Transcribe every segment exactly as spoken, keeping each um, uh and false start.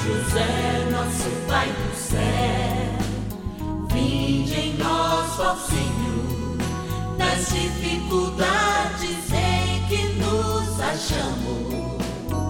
José, nosso Pai do céu, vinde em nós, ó Senhor, nas dificuldades em que nos achamos,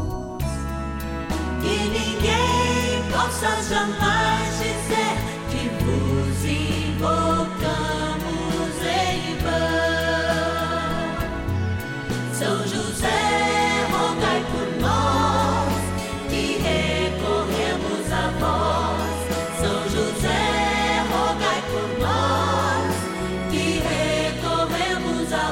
que ninguém possa jamais dizer que vos invocamos em vão. São José, rogai por nós, que recorremos a vós. São José, rogai por nós, que recorremos a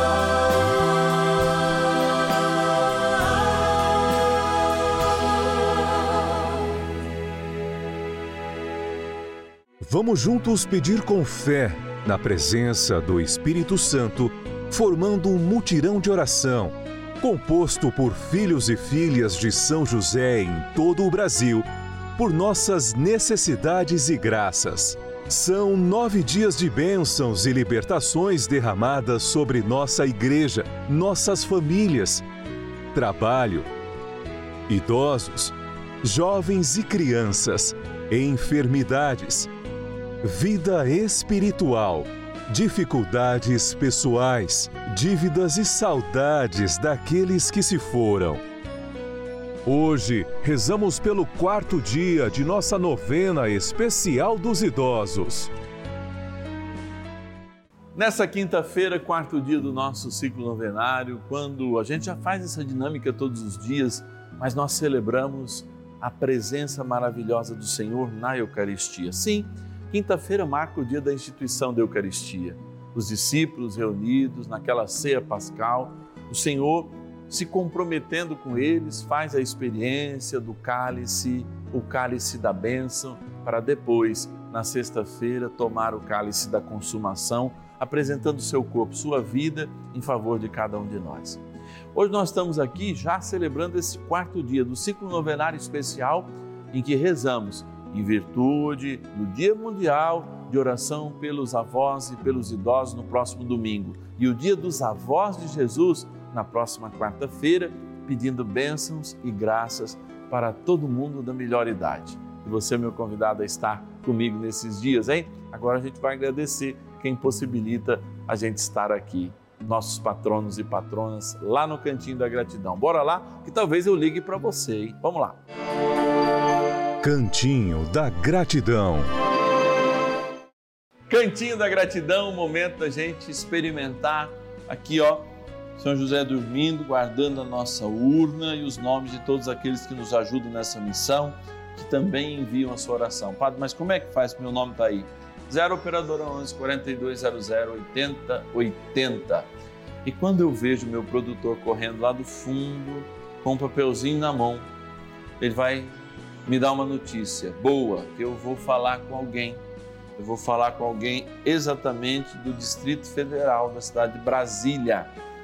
vós. Vamos juntos pedir com fé, na presença do Espírito Santo, formando um mutirão de oração, composto por filhos e filhas de São José em todo o Brasil, por nossas necessidades e graças. São nove dias de bênçãos e libertações derramadas sobre nossa igreja, nossas famílias, trabalho, idosos, jovens e crianças, enfermidades, vida espiritual, dificuldades pessoais, dívidas e saudades daqueles que se foram. Hoje, rezamos pelo quarto dia de nossa novena especial dos idosos. Nessa quinta-feira, quarto dia do nosso ciclo novenário, quando a gente já faz essa dinâmica todos os dias, mas nós celebramos a presença maravilhosa do Senhor na Eucaristia. Sim, quinta-feira marca o dia da instituição da Eucaristia. Os discípulos reunidos naquela ceia pascal, o Senhor se comprometendo com eles, faz a experiência do cálice, o cálice da bênção, para depois, na sexta-feira, tomar o cálice da consumação, apresentando o seu corpo, sua vida, em favor de cada um de nós. Hoje nós estamos aqui já celebrando esse quarto dia do ciclo novenário especial em que rezamos em virtude do Dia Mundial de Oração pelos Avós e pelos Idosos no próximo domingo e o Dia dos Avós de Jesus na próxima quarta-feira, pedindo bênçãos e graças para todo mundo da melhor idade. E você, meu convidado, a estar comigo nesses dias, hein? Agora a gente vai agradecer quem possibilita a gente estar aqui, nossos patronos e patronas lá no Cantinho da Gratidão. Bora lá, que talvez eu ligue para você, hein? Vamos lá. Cantinho da Gratidão. Cantinho da Gratidão, o momento da gente experimentar aqui, ó, São José dormindo, guardando a nossa urna e os nomes de todos aqueles que nos ajudam nessa missão, que também enviam a sua oração. Padre, mas como é que faz que meu nome está aí? zero operadora onze, quarenta e dois zero zero, oitenta oitenta. E quando eu vejo meu produtor correndo lá do fundo, com um papelzinho na mão, ele vai me dar uma notícia boa, que eu vou falar com alguém. Eu vou falar com alguém exatamente do Distrito Federal, da cidade de Brasília.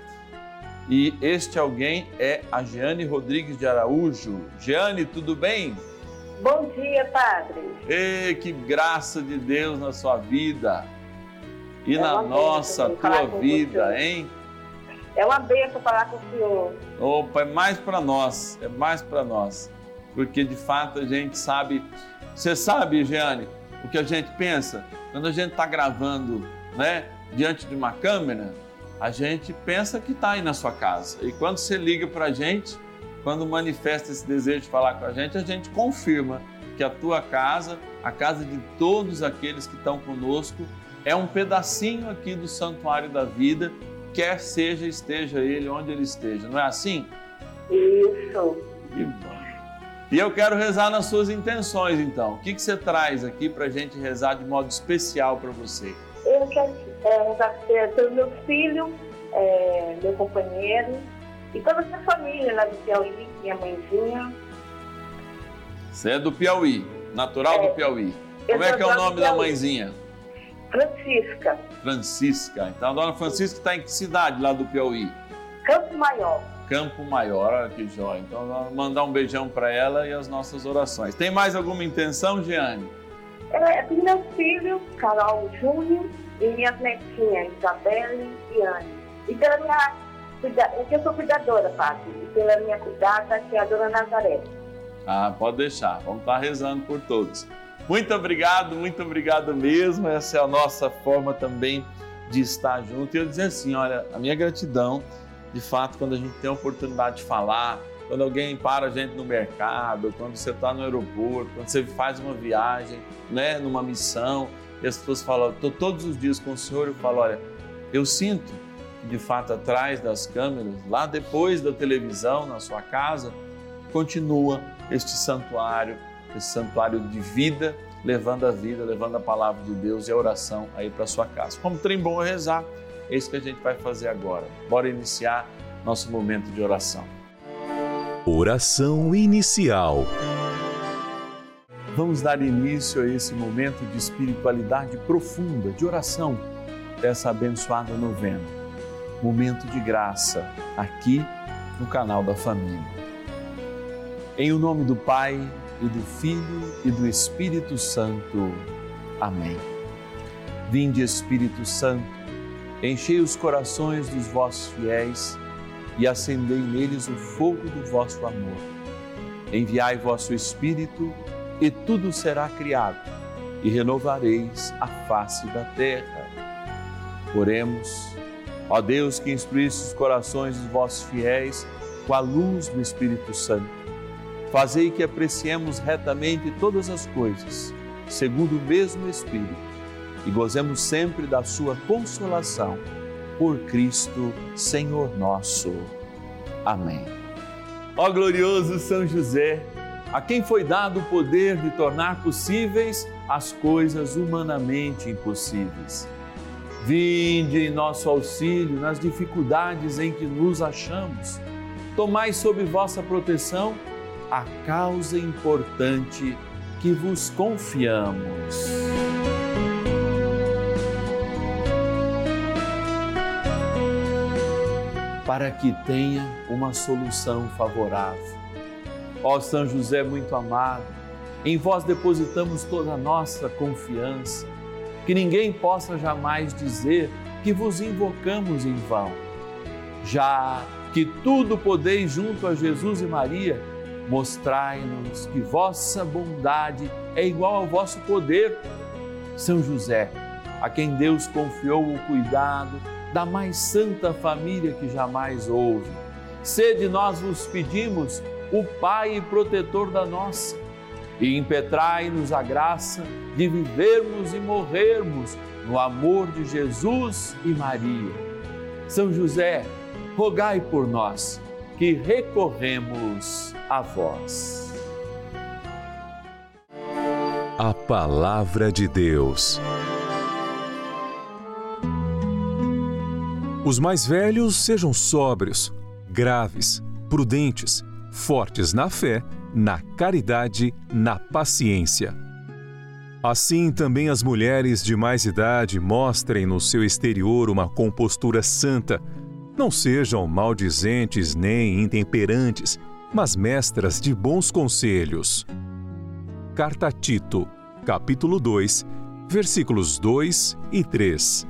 E este alguém é a Jeane Rodrigues de Araújo. Jeane, tudo bem? Bom dia, Padre. Ei, que graça de Deus na sua vida e é na nossa, tua vida, hein? É uma bênção falar com o senhor. Opa, é mais para nós, é mais para nós. Porque de fato a gente sabe, você sabe, Jeane, o que a gente pensa? Quando a gente está gravando, né, diante de uma câmera, a gente pensa que está aí na sua casa. E quando você liga para a gente, quando manifesta esse desejo de falar com a gente, a gente confirma que a tua casa, a casa de todos aqueles que estão conosco, é um pedacinho aqui do santuário da vida, quer seja, esteja ele onde ele esteja. Não é assim? Isso. Que bom. E eu quero rezar nas suas intenções, então. O que, que você traz aqui para a gente rezar de modo especial para você? Eu quero é, rezar pelo meu filho, é, meu companheiro e toda a minha família lá do Piauí, minha mãezinha. Você é do Piauí, natural é, do Piauí. Como é que é o nome da mãezinha? Francisca. Francisca. Então a dona Francisca está em que cidade lá do Piauí? Campo Maior. Campo Maior, olha que jóia. Então vamos mandar um beijão para ela e as nossas orações. Tem mais alguma intenção, Jeane? É, é meu filho, Carol Júnior, e minhas netinhas, Isabelle e Anne. E pela minha cuida... eu sou cuidadora, Padre, e pela minha cuidada, que é a dona Nazaré. Ah, pode deixar, vamos estar rezando por todos. Muito obrigado, muito obrigado mesmo. Essa é a nossa forma também de estar junto. E eu dizer assim, olha, a minha gratidão, de fato, quando a gente tem a oportunidade de falar, quando alguém para a gente no mercado, quando você está no aeroporto, quando você faz uma viagem, né, numa missão, e as pessoas falam, estou todos os dias com o Senhor, eu falo, olha, eu sinto que de fato atrás das câmeras, lá depois da televisão, na sua casa, continua este santuário, esse santuário de vida, levando a vida, levando a palavra de Deus e a oração aí para sua casa. Como trem bom é rezar, é isso que a gente vai fazer agora. Bora iniciar nosso momento de oração. Oração inicial. Vamos dar início a esse momento de espiritualidade profunda, de oração, dessa abençoada novena. Momento de graça, aqui no canal da Família. Em o nome do Pai, e do Filho e do Espírito Santo. Amém. Vinde, Espírito Santo, enchei os corações dos vossos fiéis e acendei neles o fogo do vosso amor. Enviai vosso Espírito e tudo será criado e renovareis a face da terra. Oremos. Ó Deus, que instruísse os corações dos vossos fiéis com a luz do Espírito Santo, fazei que apreciemos retamente todas as coisas, segundo o mesmo Espírito, e gozemos sempre da sua consolação. Por Cristo, Senhor nosso. Amém. Ó glorioso São José, a quem foi dado o poder de tornar possíveis as coisas humanamente impossíveis. Vinde em nosso auxílio nas dificuldades em que nos achamos. Tomai sob vossa proteção a causa importante que vos confiamos. Para que tenha uma solução favorável. Ó São José muito amado, em vós depositamos toda a nossa confiança, que ninguém possa jamais dizer que vos invocamos em vão. Já que tudo podeis junto a Jesus e Maria, mostrai-nos que vossa bondade é igual ao vosso poder. São José, a quem Deus confiou o cuidado da mais santa família que jamais houve, sede, nós vos pedimos, o Pai e protetor da nossa, e impetrai-nos a graça de vivermos e morrermos no amor de Jesus e Maria. São José, rogai por nós, que recorremos a vós. A Palavra de Deus. Os mais velhos sejam sóbrios, graves, prudentes, fortes na fé, na caridade, na paciência. Assim também as mulheres de mais idade mostrem no seu exterior uma compostura santa. Não sejam maldizentes nem intemperantes, mas mestras de bons conselhos. Carta a Tito, capítulo dois, versículos dois e três.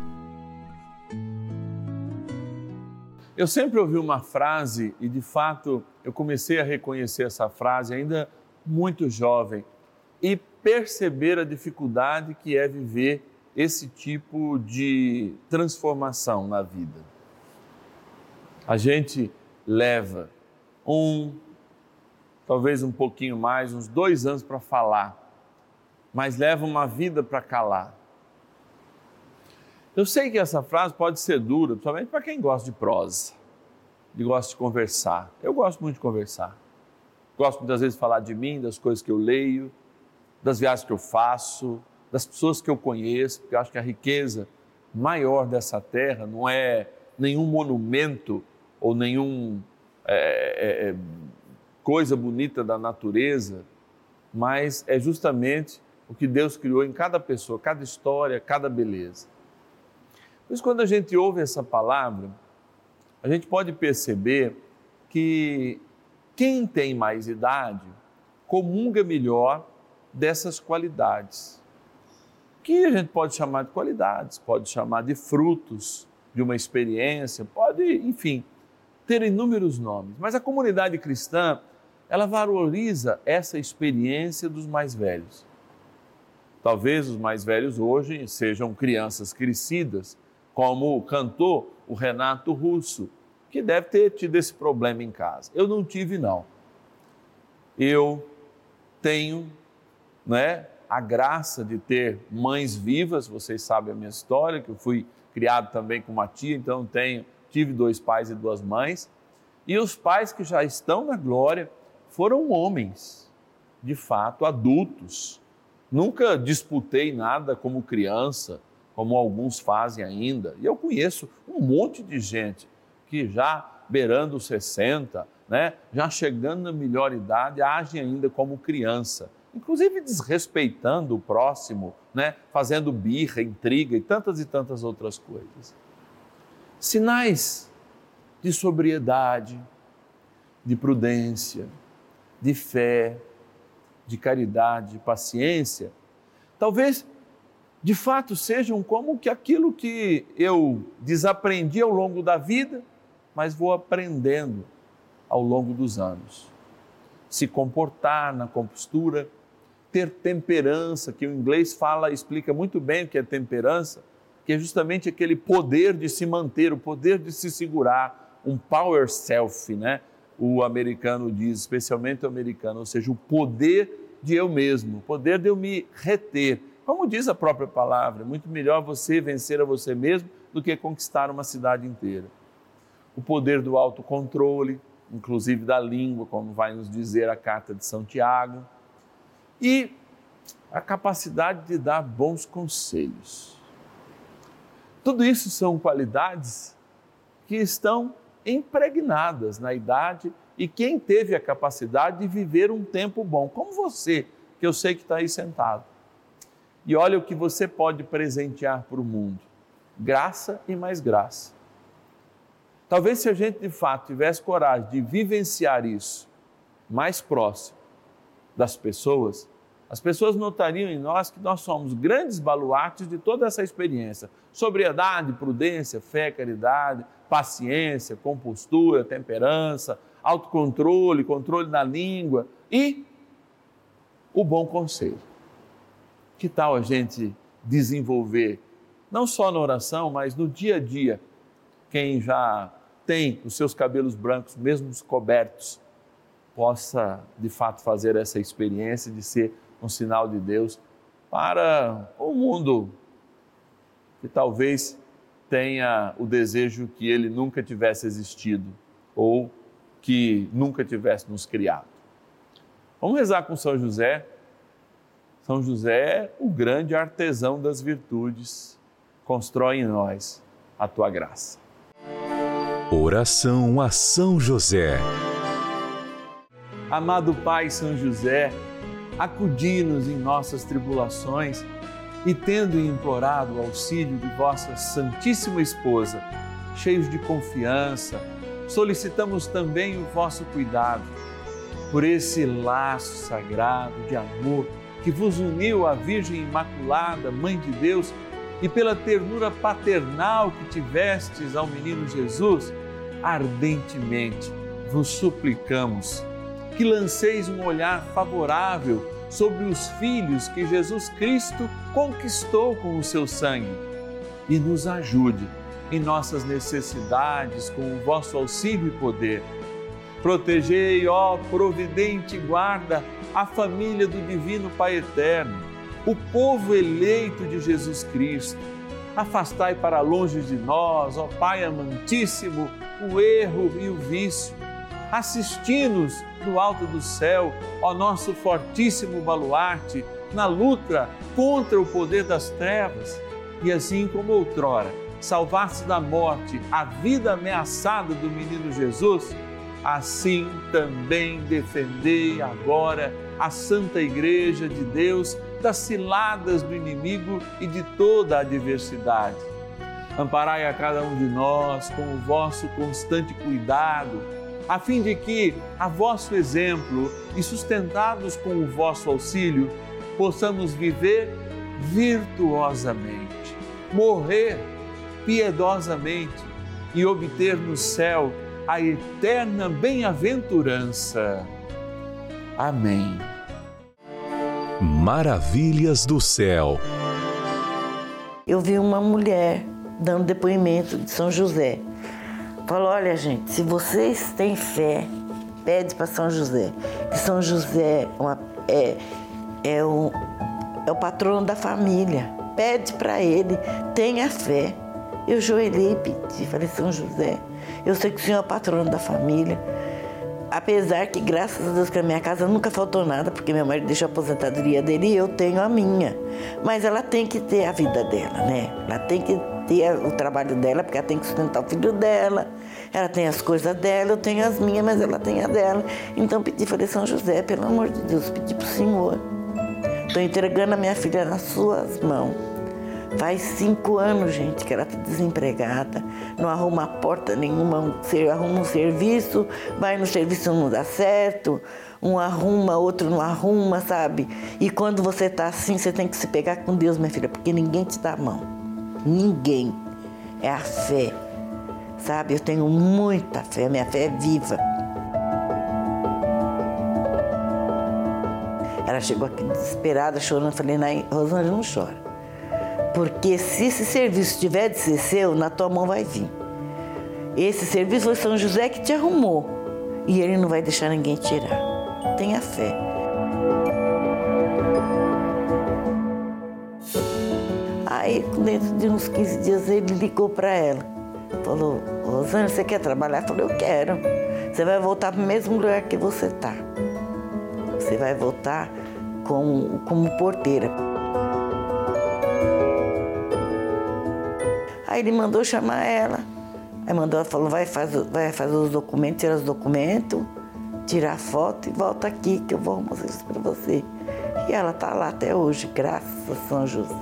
Eu sempre ouvi uma frase e, de fato, eu comecei a reconhecer essa frase ainda muito jovem e perceber a dificuldade que é viver esse tipo de transformação na vida. A gente leva um, talvez um pouquinho mais, uns dois anos para falar, mas leva uma vida para calar. Eu sei que essa frase pode ser dura, principalmente para quem gosta de prosa, que gosta de conversar. Eu gosto muito de conversar. Gosto muitas vezes de falar de mim, das coisas que eu leio, das viagens que eu faço, das pessoas que eu conheço, porque eu acho que a riqueza maior dessa terra não é nenhum monumento ou nenhum é, é, coisa bonita da natureza, mas é justamente o que Deus criou em cada pessoa, cada história, cada beleza. Por isso, quando a gente ouve essa palavra, a gente pode perceber que quem tem mais idade comunga melhor dessas qualidades, que a gente pode chamar de qualidades, pode chamar de frutos de uma experiência, pode, enfim, ter inúmeros nomes. Mas a comunidade cristã, ela valoriza essa experiência dos mais velhos. Talvez os mais velhos hoje sejam crianças crescidas, como cantou o Renato Russo, que deve ter tido esse problema em casa. Eu não tive, não. Eu tenho, né, a graça de ter mães vivas, vocês sabem a minha história, que eu fui criado também com uma tia, então tenho, tive dois pais e duas mães, e os pais que já estão na glória foram homens, de fato, adultos. Nunca disputei nada como criança, como alguns fazem ainda, e eu conheço um monte de gente que já beirando os sessenta, né, já chegando na melhor idade, agem ainda como criança, inclusive desrespeitando o próximo, né, fazendo birra, intriga e tantas e tantas outras coisas. Sinais de sobriedade, de prudência, de fé, de caridade, de paciência, talvez de fato sejam como que aquilo que eu desaprendi ao longo da vida, mas vou aprendendo ao longo dos anos. Se comportar na compostura, ter temperança, que o inglês fala, explica muito bem o que é temperança, que é justamente aquele poder de se manter, o poder de se segurar, um power self, né? O americano diz, especialmente o americano, ou seja, o poder de eu mesmo, o poder de eu me reter. Como diz a própria palavra, muito melhor você vencer a você mesmo do que conquistar uma cidade inteira. O poder do autocontrole, inclusive da língua, como vai nos dizer a carta de São Tiago, e a capacidade de dar bons conselhos. Tudo isso são qualidades que estão impregnadas na idade e quem teve a capacidade de viver um tempo bom, como você, que eu sei que está aí sentado. E olha o que você pode presentear para o mundo, graça e mais graça. Talvez se a gente de fato tivesse coragem de vivenciar isso mais próximo das pessoas, as pessoas notariam em nós que nós somos grandes baluartes de toda essa experiência. Sobriedade, prudência, fé, caridade, paciência, compostura, temperança, autocontrole, controle da língua e o bom conselho. Que tal a gente desenvolver, não só na oração, mas no dia a dia, quem já tem os seus cabelos brancos, mesmo cobertos, possa de fato fazer essa experiência de ser um sinal de Deus para o mundo que talvez tenha o desejo que ele nunca tivesse existido ou que nunca tivesse nos criado. Vamos rezar com São José. São José, o grande artesão das virtudes, constrói em nós a tua graça. Oração a São José. Amado Pai São José, acudi-nos em nossas tribulações e, tendo implorado o auxílio de vossa Santíssima Esposa, cheios de confiança, solicitamos também o vosso cuidado. Por esse laço sagrado de amor que vos uniu à Virgem Imaculada, Mãe de Deus, e pela ternura paternal que tivestes ao menino Jesus, ardentemente vos suplicamos que lanceis um olhar favorável sobre os filhos que Jesus Cristo conquistou com o seu sangue e nos ajude em nossas necessidades com o vosso auxílio e poder. Protegei, ó providente guarda, a família do Divino Pai Eterno, o povo eleito de Jesus Cristo. Afastai para longe de nós, ó Pai amantíssimo, o erro e o vício. Assisti-nos do alto do céu, ó nosso fortíssimo baluarte, na luta contra o poder das trevas. E assim como outrora, salvaste da morte a vida ameaçada do menino Jesus, assim também defendei agora a Santa Igreja de Deus das ciladas do inimigo e de toda a adversidade. Amparai a cada um de nós com o vosso constante cuidado, a fim de que, a vosso exemplo e sustentados com o vosso auxílio, possamos viver virtuosamente, morrer piedosamente e obter no céu a eterna bem-aventurança. Amém. Maravilhas do céu. Eu vi uma mulher dando depoimento de São José. Falou, olha gente, se vocês têm fé, pede para São José. Que São José uma, é, é, o, é o patrono da família. Pede para ele, tenha fé. Eu joelhei e pedi, falei, São José, eu sei que o Senhor é o patrono da família. Apesar que, graças a Deus, que na minha casa nunca faltou nada, porque meu marido deixou a aposentadoria dele e eu tenho a minha. Mas ela tem que ter a vida dela, né? Ela tem que ter o trabalho dela, porque ela tem que sustentar o filho dela. Ela tem as coisas dela, eu tenho as minhas, mas ela tem a dela. Então pedi, falei, São José, pelo amor de Deus, pedi para o Senhor. Estou entregando a minha filha nas suas mãos. Faz cinco anos, gente, que ela está desempregada, não arruma porta nenhuma, arruma um serviço, vai no serviço não dá certo, um arruma, outro não arruma, sabe? E quando você está assim, você tem que se pegar com Deus, minha filha, porque ninguém te dá a mão. Ninguém. É a fé, sabe? Eu tenho muita fé, minha fé é viva. Ela chegou aqui desesperada, chorando, eu falei, Rosângela, não chora. Porque se esse serviço tiver de ser seu, na tua mão vai vir. Esse serviço foi São José que te arrumou. E ele não vai deixar ninguém tirar. Tenha fé. Aí, dentro de uns quinze dias, ele ligou para ela. Falou, Rosângela, você quer trabalhar? Eu falei, eu quero. Você vai voltar para o mesmo lugar que você está. Você vai voltar como, como porteira. Aí ele mandou chamar ela. Aí mandou, ela falou, vai fazer, vai fazer os documentos, tirar os documentos, tirar a foto e volta aqui que eu vou mostrar isso para você. E ela está lá até hoje, graças a São José.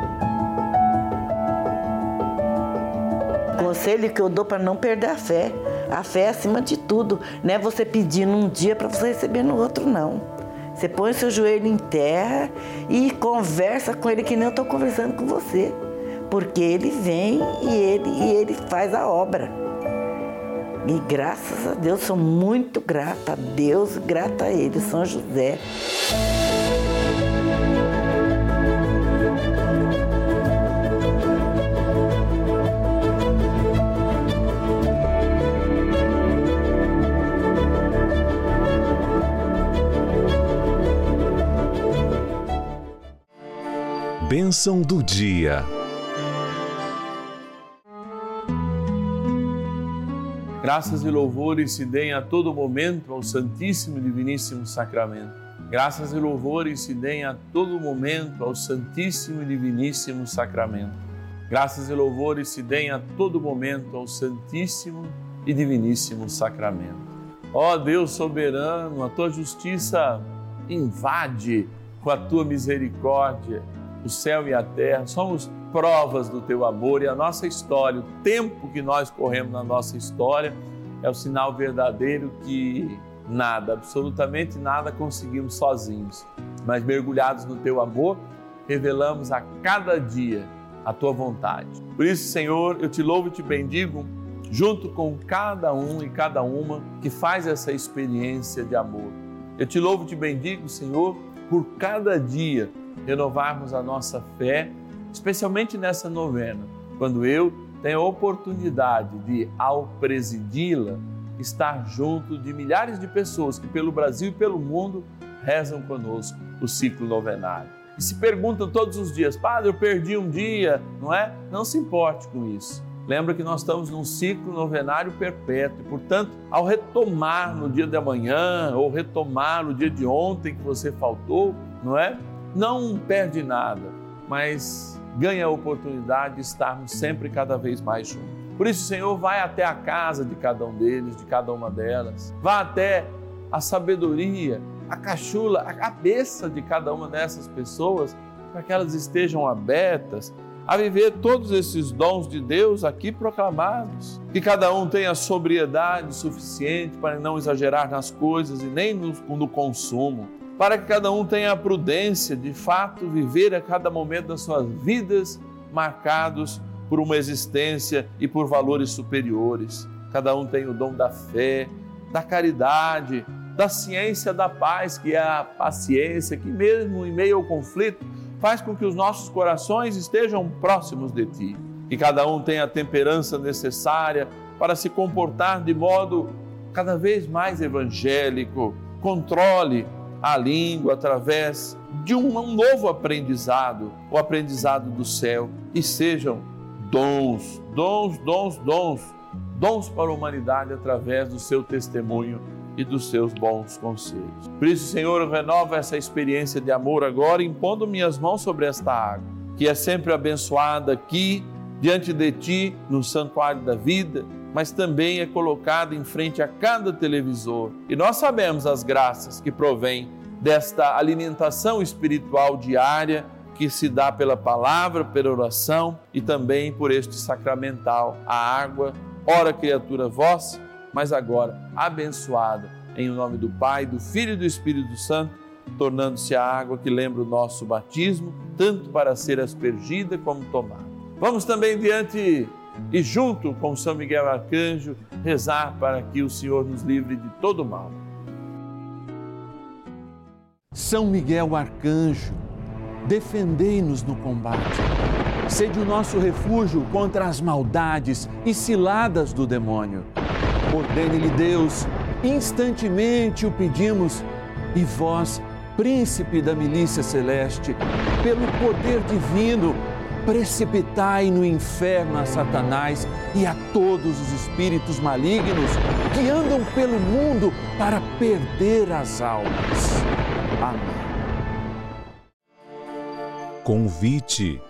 Conselho que eu dou para não perder a fé. A fé é acima de tudo. Não é você pedir num dia para você receber no outro, não. Você põe o seu joelho em terra e conversa com ele que nem eu estou conversando com você. Porque ele vem e ele, e ele faz a obra. E graças a Deus, sou muito grata a Deus, grata a ele, São José. Bênção do dia. Graças e louvores se deem a todo momento ao Santíssimo e Diviníssimo Sacramento. Graças e louvores se deem a todo momento ao Santíssimo e Diviníssimo Sacramento. Graças e louvores se deem a todo momento ao Santíssimo e Diviníssimo Sacramento. Ó Deus soberano, a tua justiça invade com a tua misericórdia o céu e a terra. Somos provas do teu amor e a nossa história, o tempo que nós corremos na nossa história é o sinal verdadeiro que nada, absolutamente nada conseguimos sozinhos, mas mergulhados no teu amor, revelamos a cada dia a tua vontade. Por isso, Senhor, eu te louvo e te bendigo, junto com cada um e cada uma que faz essa experiência de amor. Eu te louvo e te bendigo, Senhor, por cada dia renovarmos a nossa fé, especialmente nessa novena, quando eu tenho a oportunidade de, ao presidi-la, estar junto de milhares de pessoas que pelo Brasil e pelo mundo rezam conosco o ciclo novenário. E se perguntam todos os dias, Padre, eu perdi um dia, não é? Não se importe com isso. Lembra que nós estamos num ciclo novenário perpétuo e, portanto, ao retomar no dia de amanhã ou retomar no dia de ontem que você faltou, não é? Não perde nada, mas ganha a oportunidade de estarmos sempre cada vez mais juntos. Por isso, Senhor, vai até a casa de cada um deles, de cada uma delas. Vá até a sabedoria, a caçula, a cabeça de cada uma dessas pessoas, para que elas estejam abertas a viver todos esses dons de Deus aqui proclamados. Que cada um tenha sobriedade suficiente para não exagerar nas coisas e nem no, no consumo. Para que cada um tenha a prudência, de fato, viver a cada momento das suas vidas marcados por uma existência e por valores superiores. Cada um tem o dom da fé, da caridade, da ciência da paz, que é a paciência, que mesmo em meio ao conflito, faz com que os nossos corações estejam próximos de Ti. Que cada um tenha a temperança necessária para se comportar de modo cada vez mais evangélico. Controle a língua através de um novo aprendizado, o aprendizado do céu, e sejam dons, dons, dons, dons, dons para a humanidade através do seu testemunho e dos seus bons conselhos. Por isso, Senhor, renova essa experiência de amor agora, impondo minhas mãos sobre esta água, que é sempre abençoada aqui, diante de Ti, no santuário da vida, mas também é colocada em frente a cada televisor. E nós sabemos as graças que provêm desta alimentação espiritual diária, que se dá pela palavra, pela oração e também por este sacramental, a água, ora criatura vossa, mas agora abençoada em nome do Pai, do Filho e do Espírito Santo, tornando-se a água que lembra o nosso batismo, tanto para ser aspergida como tomada. Vamos também diante e junto com São Miguel Arcanjo rezar para que o Senhor nos livre de todo mal. São Miguel Arcanjo, defendei-nos no combate. Sede o nosso refúgio contra as maldades e ciladas do demônio. Ordene-lhe Deus, instantemente o pedimos, e vós, príncipe da milícia celeste, pelo poder divino, precipitai no inferno a Satanás e a todos os espíritos malignos que andam pelo mundo para perder as almas. Amém. Convite.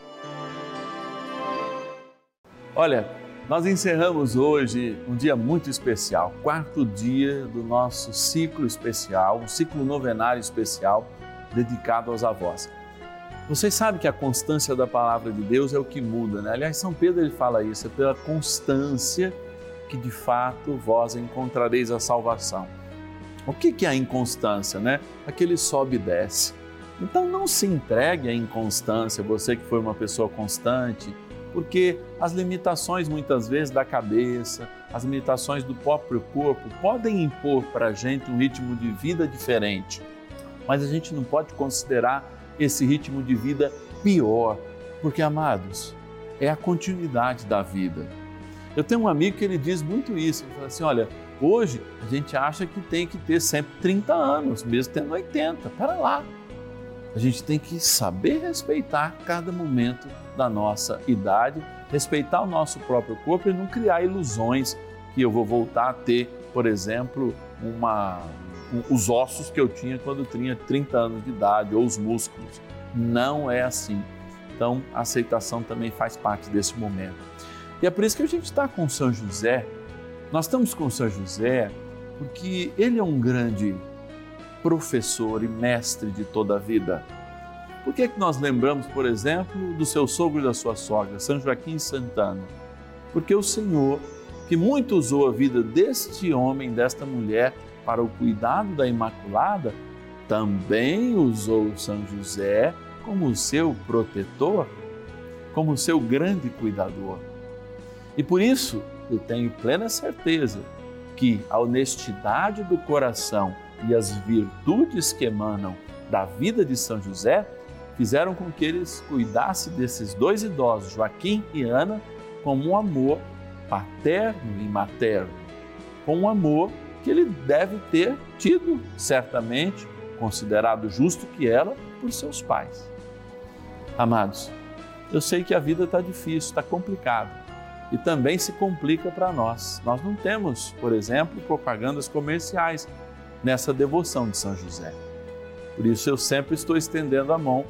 Olha, nós encerramos hoje um dia muito especial, quarto dia do nosso ciclo especial, um ciclo novenário especial dedicado aos avós. Vocês sabem que a constância da palavra de Deus é o que muda, né? Aliás, São Pedro ele fala isso, é pela constância que de fato vós encontrareis a salvação. O que que é a inconstância, né? Aquele sobe e desce. Então não se entregue à inconstância, você que foi uma pessoa constante, porque as limitações muitas vezes da cabeça, as limitações do próprio corpo podem impor para a gente um ritmo de vida diferente. Mas a gente não pode considerar esse ritmo de vida pior, porque, amados, é a continuidade da vida. Eu tenho um amigo que ele diz muito isso, ele fala assim, olha, hoje a gente acha que tem que ter sempre trinta anos, mesmo tendo oitenta, para lá. A gente tem que saber respeitar cada momento da nossa idade, respeitar o nosso próprio corpo e não criar ilusões que eu vou voltar a ter, por exemplo, uma, um, os ossos que eu tinha quando tinha trinta anos de idade, ou os músculos. Não é assim. Então, a aceitação também faz parte desse momento. E é por isso que a gente está com São José. Nós estamos com São José porque ele é um grande professor e mestre de toda a vida. Por que é que nós lembramos, por exemplo, do seu sogro e da sua sogra, São Joaquim Santana? Porque o Senhor, que muito usou a vida deste homem, desta mulher, para o cuidado da Imaculada, também usou São José como o seu protetor, como o seu grande cuidador. E por isso, eu tenho plena certeza que a honestidade do coração e as virtudes que emanam da vida de São José fizeram com que eles cuidassem desses dois idosos, Joaquim e Ana, com um amor paterno e materno, com um amor que ele deve ter tido, certamente, considerado justo que era, por seus pais. Amados, eu sei que a vida está difícil, está complicada e também se complica para nós. Nós não temos, por exemplo, propagandas comerciais nessa devoção de São José. Por isso eu sempre estou estendendo a mão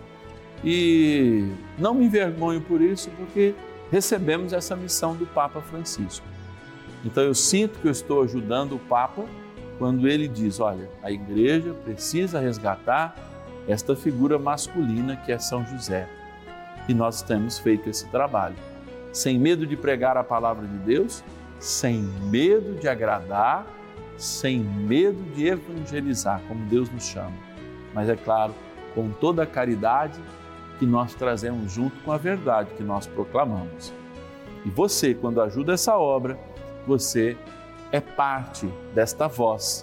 e não me envergonho por isso, porque recebemos essa missão do Papa Francisco. Então eu sinto que eu estou ajudando o Papa quando ele diz, olha, a igreja precisa resgatar esta figura masculina que é São José. E nós temos feito esse trabalho, sem medo de pregar a palavra de Deus, sem medo de agradar, sem medo de evangelizar, como Deus nos chama. Mas é claro, com toda a caridade que nós trazemos junto com a verdade que nós proclamamos. E você, quando ajuda essa obra, você é parte desta voz que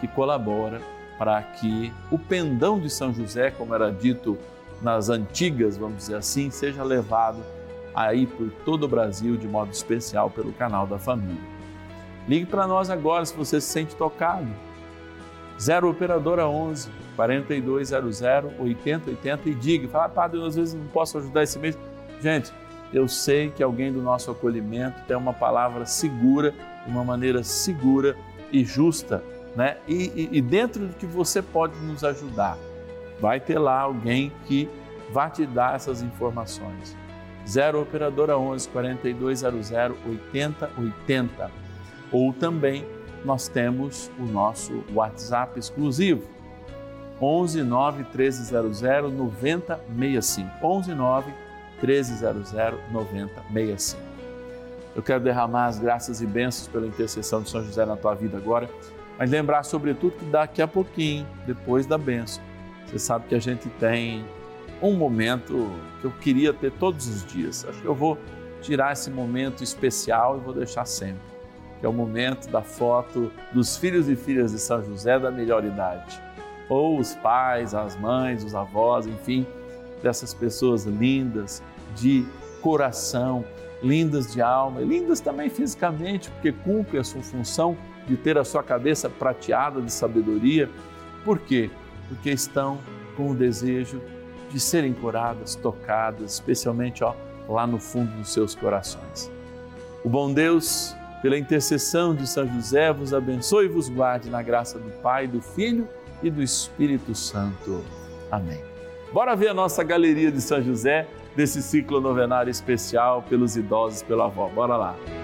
que colabora para que o pendão de São José, como era dito nas antigas, vamos dizer assim, seja levado aí por todo o Brasil, de modo especial pelo canal da família. Ligue para nós agora se você se sente tocado. zero Operadora onze, quarenta e dois zero zero, oitenta oitenta e diga, fala, padre, eu às vezes não posso ajudar esse mês. Gente, eu sei que alguém do nosso acolhimento tem uma palavra segura, de uma maneira segura e justa, né? E, e, e dentro do que você pode nos ajudar, vai ter lá alguém que vai te dar essas informações. zero Operadora onze, quarenta e dois zero zero, oitenta oitenta. Ou também nós temos o nosso WhatsApp exclusivo, onze nove treze zero zero noventa sessenta e cinco, onze nove treze zero zero noventa sessenta e cinco. Eu quero derramar as graças e bênçãos pela intercessão de São José na tua vida agora, mas lembrar sobretudo que daqui a pouquinho, depois da bênção, você sabe que a gente tem um momento que eu queria ter todos os dias. Acho que eu vou tirar esse momento especial e vou deixar sempre, que é o momento da foto dos filhos e filhas de São José da melhor idade, ou os pais, as mães, os avós, enfim, dessas pessoas lindas de coração, lindas de alma, e lindas também fisicamente, porque cumprem a sua função de ter a sua cabeça prateada de sabedoria. Por quê? Porque estão com o desejo de serem curadas, tocadas, especialmente ó, lá no fundo dos seus corações. O bom Deus, pela intercessão de São José, vos abençoe e vos guarde na graça do Pai, do Filho e do Espírito Santo. Amém. Bora ver a nossa galeria de São José, desse ciclo novenário especial pelos idosos, pela avó. Bora lá.